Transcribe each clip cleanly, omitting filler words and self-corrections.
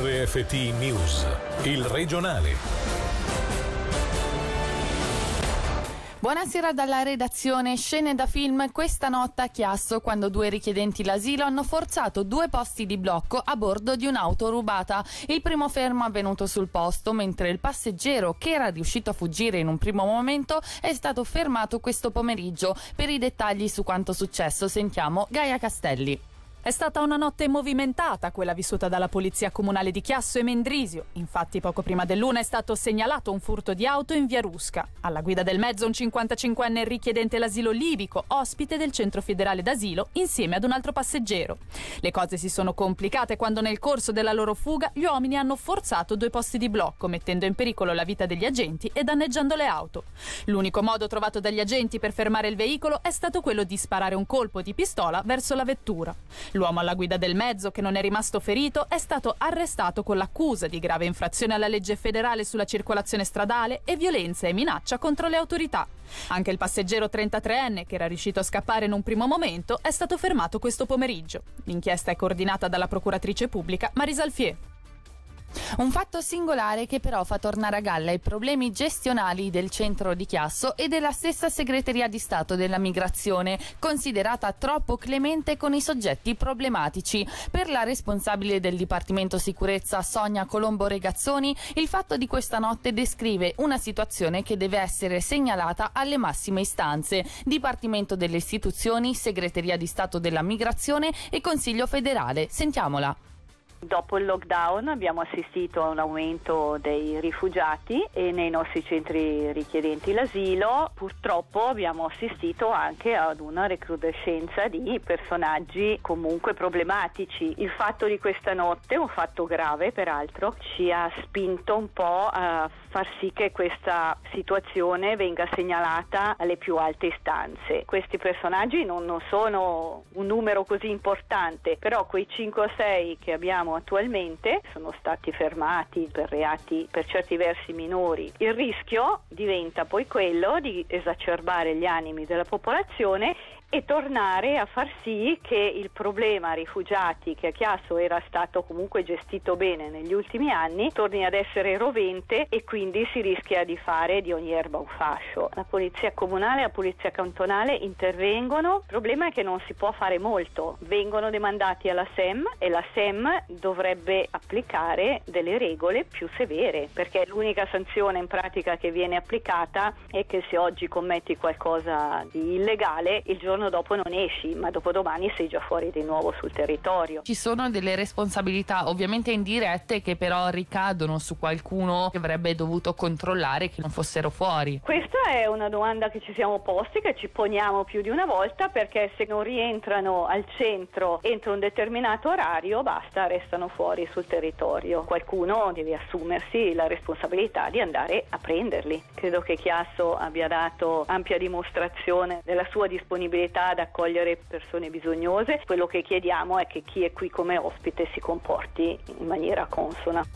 RFT News, il regionale. Buonasera dalla redazione. Scene da film questa notte a Chiasso, quando due richiedenti l'asilo hanno forzato 2 posti di blocco a bordo di un'auto rubata. Il primo fermo avvenuto sul posto, mentre il passeggero, che era riuscito a fuggire in un primo momento, è stato fermato questo pomeriggio. Per i dettagli su quanto successo sentiamo Gaia Castelli. È stata una notte movimentata quella vissuta dalla Polizia Comunale di Chiasso e Mendrisio. Infatti poco prima dell'1 è stato segnalato un furto di auto in via Rusca. Alla guida del mezzo un 55enne richiedente l'asilo libico, ospite del centro federale d'asilo, insieme ad un altro passeggero. Le cose si sono complicate quando nel corso della loro fuga gli uomini hanno forzato 2 posti di blocco, mettendo in pericolo la vita degli agenti e danneggiando le auto. L'unico modo trovato dagli agenti per fermare il veicolo è stato quello di sparare un colpo di pistola verso la vettura. L'uomo alla guida del mezzo, che non è rimasto ferito, è stato arrestato con l'accusa di grave infrazione alla legge federale sulla circolazione stradale e violenza e minaccia contro le autorità. Anche il passeggero 33enne, che era riuscito a scappare in un primo momento, è stato fermato questo pomeriggio. L'inchiesta è coordinata dalla procuratrice pubblica Marisa Alfier. Un fatto singolare che però fa tornare a galla i problemi gestionali del centro di Chiasso e della stessa segreteria di Stato della Migrazione, considerata troppo clemente con i soggetti problematici. Per la responsabile del Dipartimento Sicurezza Sonia Colombo Regazzoni, il fatto di questa notte descrive una situazione che deve essere segnalata alle massime istanze: Dipartimento delle Istituzioni, Segreteria di Stato della Migrazione e Consiglio federale. Sentiamola. Dopo il lockdown abbiamo assistito a un aumento dei rifugiati e nei nostri centri richiedenti l'asilo purtroppo abbiamo assistito anche ad una recrudescenza di personaggi comunque problematici. Il fatto di questa notte, un fatto grave peraltro, ci ha spinto un po' a far sì che questa situazione venga segnalata alle più alte istanze. Questi personaggi non sono un numero così importante, però quei 5 o 6 che abbiamo attualmente sono stati fermati per reati per certi versi minori. Il rischio diventa poi quello di esacerbare gli animi della popolazione e tornare a far sì che il problema rifugiati, che a Chiasso era stato comunque gestito bene negli ultimi anni, torni ad essere rovente e quindi si rischia di fare di ogni erba un fascio. La polizia comunale e la polizia cantonale intervengono, il problema è che non si può fare molto, vengono demandati alla SEM e la SEM dovrebbe applicare delle regole più severe, perché l'unica sanzione in pratica che viene applicata è che se oggi commetti qualcosa di illegale, il giorno dopo non esci, ma dopodomani sei già fuori di nuovo sul territorio. Ci sono delle responsabilità ovviamente indirette che però ricadono su qualcuno che avrebbe dovuto controllare che non fossero fuori. Questa è una domanda che ci siamo posti, che ci poniamo più di una volta, perché se non rientrano al centro entro un determinato orario, basta, restano fuori sul territorio. Qualcuno deve assumersi la responsabilità di andare a prenderli. Credo che Chiasso abbia dato ampia dimostrazione della sua disponibilità ad accogliere persone bisognose. Quello che chiediamo è che chi è qui come ospite si comporti in maniera consona.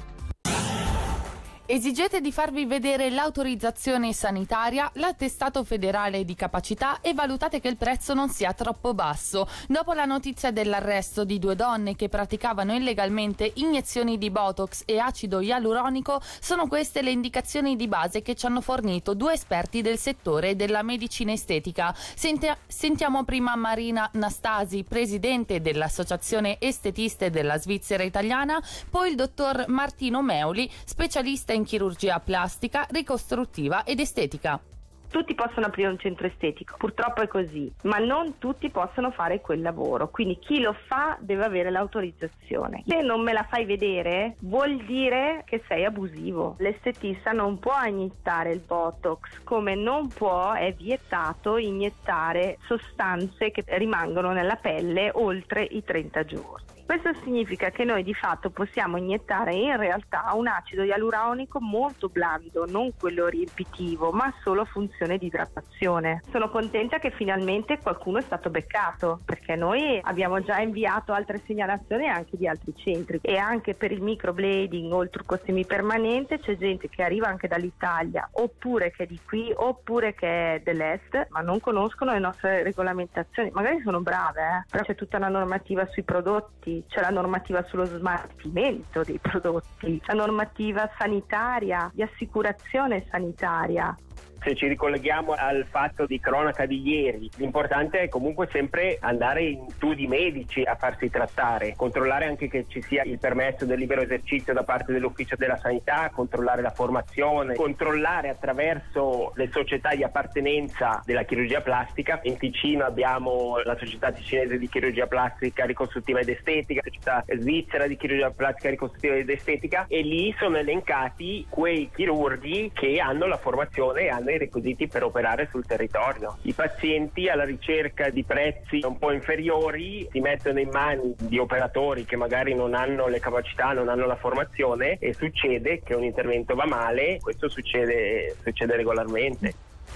Esigete di farvi vedere l'autorizzazione sanitaria, l'attestato federale di capacità e valutate che il prezzo non sia troppo basso. Dopo la notizia dell'arresto di 2 donne che praticavano illegalmente iniezioni di Botox e acido ialuronico, sono queste le indicazioni di base che ci hanno fornito 2 esperti del settore della medicina estetica. Sentiamo prima Marina Nastasi, presidente dell'Associazione Estetiste della Svizzera Italiana, poi il dottor Martino Meuli, specialista in chirurgia plastica, ricostruttiva ed estetica. Tutti possono aprire un centro estetico, purtroppo è così, ma non tutti possono fare quel lavoro, quindi chi lo fa deve avere l'autorizzazione. Se non me la fai vedere vuol dire che sei abusivo. L'estetista non può iniettare il Botox, come non può, è vietato iniettare sostanze che rimangono nella pelle oltre i 30 giorni. Questo significa che noi di fatto possiamo iniettare in realtà un acido ialuronico molto blando, non quello riempitivo, ma solo a funzione di idratazione. Sono contenta che finalmente qualcuno è stato beccato, perché noi abbiamo già inviato altre segnalazioni anche di altri centri, e anche per il microblading o il trucco semipermanente c'è gente che arriva anche dall'Italia, oppure che è di qui, oppure che è dell'est, ma non conoscono le nostre regolamentazioni. Magari sono brave, però c'è tutta una normativa sui prodotti prodotti, c'è la normativa sullo smaltimento dei prodotti, la normativa sanitaria, di assicurazione sanitaria. Se ci ricolleghiamo al fatto di cronaca di ieri, l'importante è comunque sempre andare in studi medici a farsi trattare, controllare anche che ci sia il permesso del libero esercizio da parte dell'ufficio della sanità, controllare la formazione, controllare attraverso le società di appartenenza della chirurgia plastica. In Ticino abbiamo la società ticinese di chirurgia plastica ricostruttiva ed estetica, la società svizzera di chirurgia plastica ricostruttiva ed estetica, e lì sono elencati quei chirurghi che hanno la formazione e hanno i requisiti per operare sul territorio. I pazienti, alla ricerca di prezzi un po' inferiori, si mettono in mani di operatori che magari non hanno le capacità, non hanno la formazione, e succede che un intervento va male. Questo succede regolarmente.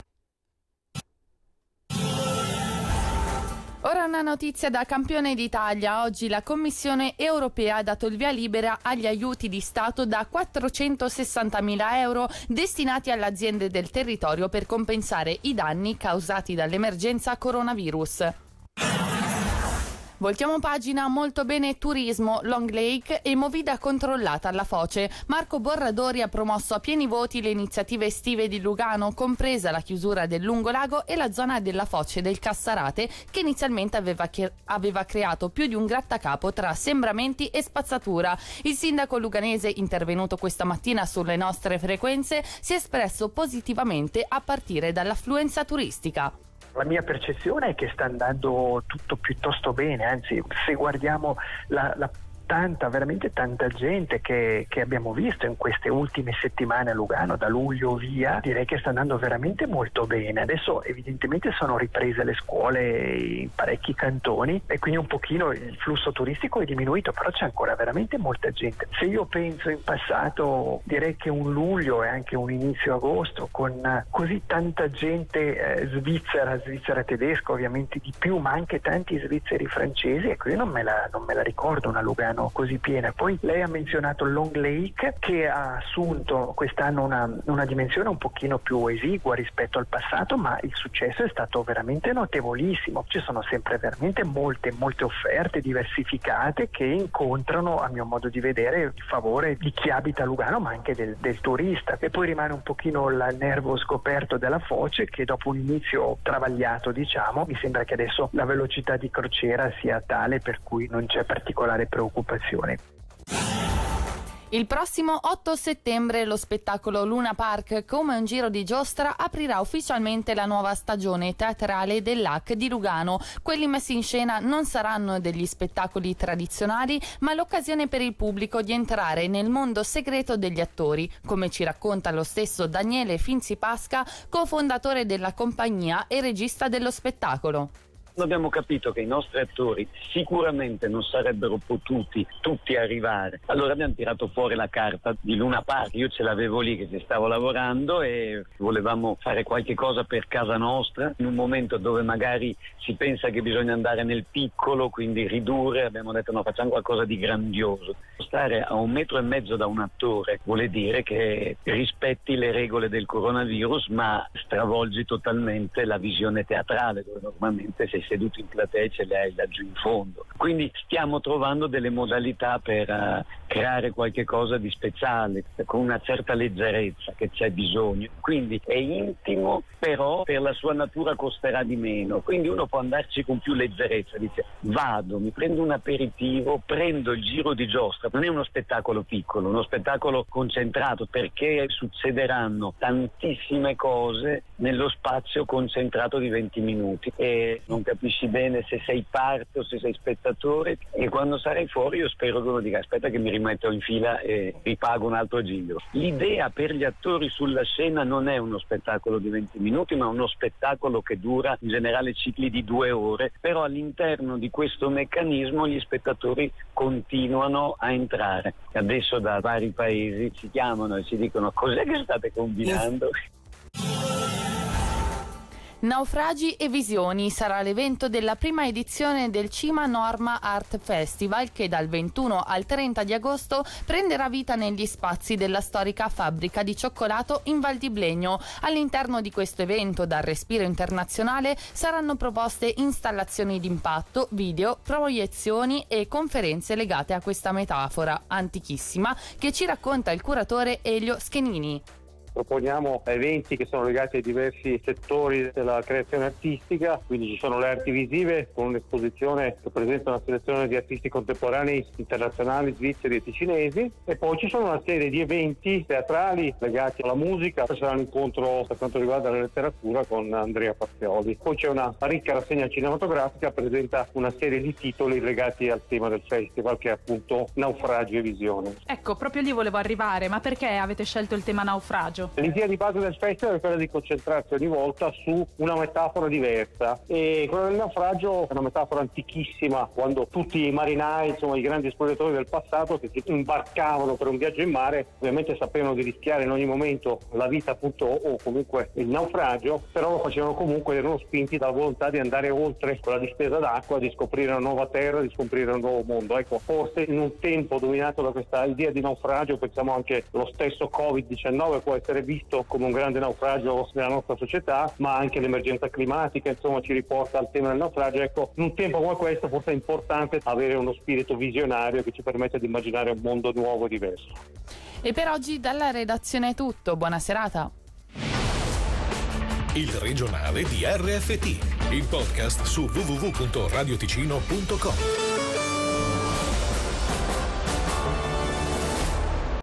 Ora una notizia da campione d'Italia. Oggi la Commissione europea ha dato il via libera agli aiuti di Stato da 460.000 euro destinati alle aziende del territorio per compensare i danni causati dall'emergenza coronavirus. Voltiamo pagina. Molto bene turismo, Long Lake e movida controllata alla Foce. Marco Borradori ha promosso a pieni voti le iniziative estive di Lugano, compresa la chiusura del lungolago e la zona della Foce del Cassarate, che inizialmente aveva creato più di un grattacapo tra sembramenti e spazzatura. Il sindaco luganese, intervenuto questa mattina sulle nostre frequenze, si è espresso positivamente a partire dall'affluenza turistica. La mia percezione è che sta andando tutto piuttosto bene, anzi, se guardiamo la veramente tanta gente che abbiamo visto in queste ultime settimane a Lugano, da luglio via, direi che sta andando veramente molto bene. Adesso evidentemente sono riprese le scuole in parecchi cantoni e quindi un pochino il flusso turistico è diminuito, però c'è ancora veramente molta gente. Se io penso in passato, direi che un luglio e anche un inizio agosto con così tanta gente svizzera tedesca ovviamente di più, ma anche tanti svizzeri francesi, ecco, io non me la ricordo una Lugano così piena. Poi lei ha menzionato Long Lake, che ha assunto quest'anno una dimensione un pochino più esigua rispetto al passato, ma il successo è stato veramente notevolissimo. Ci sono sempre veramente molte offerte diversificate che incontrano, a mio modo di vedere, il favore di chi abita a Lugano, ma anche del turista. E poi rimane un pochino il nervo scoperto della Foce, che dopo un inizio travagliato, diciamo, mi sembra che adesso la velocità di crociera sia tale per cui non c'è particolare preoccupazione. Il prossimo 8 settembre lo spettacolo Luna Park, come un giro di giostra, aprirà ufficialmente la nuova stagione teatrale dell'AC di Lugano. Quelli messi in scena non saranno degli spettacoli tradizionali, ma l'occasione per il pubblico di entrare nel mondo segreto degli attori, come ci racconta lo stesso Daniele Finzi-Pasca, cofondatore della compagnia e regista dello spettacolo. Abbiamo capito che i nostri attori sicuramente non sarebbero potuti tutti arrivare. Allora abbiamo tirato fuori la carta di Luna Park. Io ce l'avevo lì che ci stavo lavorando e volevamo fare qualche cosa per casa nostra, in un momento dove magari si pensa che bisogna andare nel piccolo, quindi ridurre. Abbiamo detto no, facciamo qualcosa di grandioso. Stare a 1,5 metri da un attore vuole dire che rispetti le regole del coronavirus, ma stravolgi totalmente la visione teatrale, dove normalmente sei seduto in platea e ce le hai laggiù in fondo. Quindi stiamo trovando delle modalità per creare qualche cosa di speciale, con una certa leggerezza che c'è bisogno. Quindi è intimo, però per la sua natura costerà di meno. Quindi uno può andarci con più leggerezza, dice vado, mi prendo un aperitivo, prendo il giro di giostra. Non è uno spettacolo piccolo, uno spettacolo concentrato, perché succederanno tantissime cose nello spazio concentrato di 20 minuti e non capisci bene se sei parte o se sei spettatore, e quando sarai fuori io spero che uno dica aspetta che mi rimetto in fila e ripago un altro giro. L'idea per gli attori sulla scena non è uno spettacolo di 20 minuti, ma uno spettacolo che dura in generale cicli di 2 ore, però all'interno di questo meccanismo gli spettatori continuano a entrare. Adesso da vari paesi ci chiamano e ci dicono cos'è che state combinando? Naufragi e visioni sarà l'evento della prima edizione del Cima Norma Art Festival che dal 21 al 30 di agosto prenderà vita negli spazi della storica fabbrica di cioccolato in Val di Blegno. All'interno di questo evento dal respiro internazionale saranno proposte installazioni d'impatto, video, proiezioni e conferenze legate a questa metafora antichissima che ci racconta il curatore Elio Schenini. Proponiamo eventi che sono legati ai diversi settori della creazione artistica, quindi ci sono le arti visive con un'esposizione che presenta una selezione di artisti contemporanei internazionali, svizzeri e ticinesi, e poi ci sono una serie di eventi teatrali legati alla musica. Poi sarà un incontro per quanto riguarda la letteratura con Andrea Pazzioli. Poi c'è una ricca rassegna cinematografica che presenta una serie di titoli legati al tema del festival, che è appunto Naufragi e visioni. Ecco, proprio lì volevo arrivare, ma perché avete scelto il tema naufragio? L'idea di base del festival è quella di concentrarsi ogni volta su una metafora diversa, e quella del naufragio è una metafora antichissima, quando tutti i marinai, insomma i grandi esploratori del passato che si imbarcavano per un viaggio in mare, ovviamente sapevano di rischiare in ogni momento la vita appunto o comunque il naufragio, però lo facevano comunque, erano spinti dalla volontà di andare oltre con la distesa d'acqua, di scoprire una nuova terra, di scoprire un nuovo mondo. Ecco, forse in un tempo dominato da questa idea di naufragio, pensiamo anche lo stesso Covid-19 può essere visto come un grande naufragio nella nostra società, ma anche l'emergenza climatica insomma ci riporta al tema del naufragio. Ecco, in un tempo come questo forse è importante avere uno spirito visionario che ci permette di immaginare un mondo nuovo e diverso. E per oggi dalla redazione è tutto, buona serata. Il regionale di RFT, il podcast su www.radioticino.com.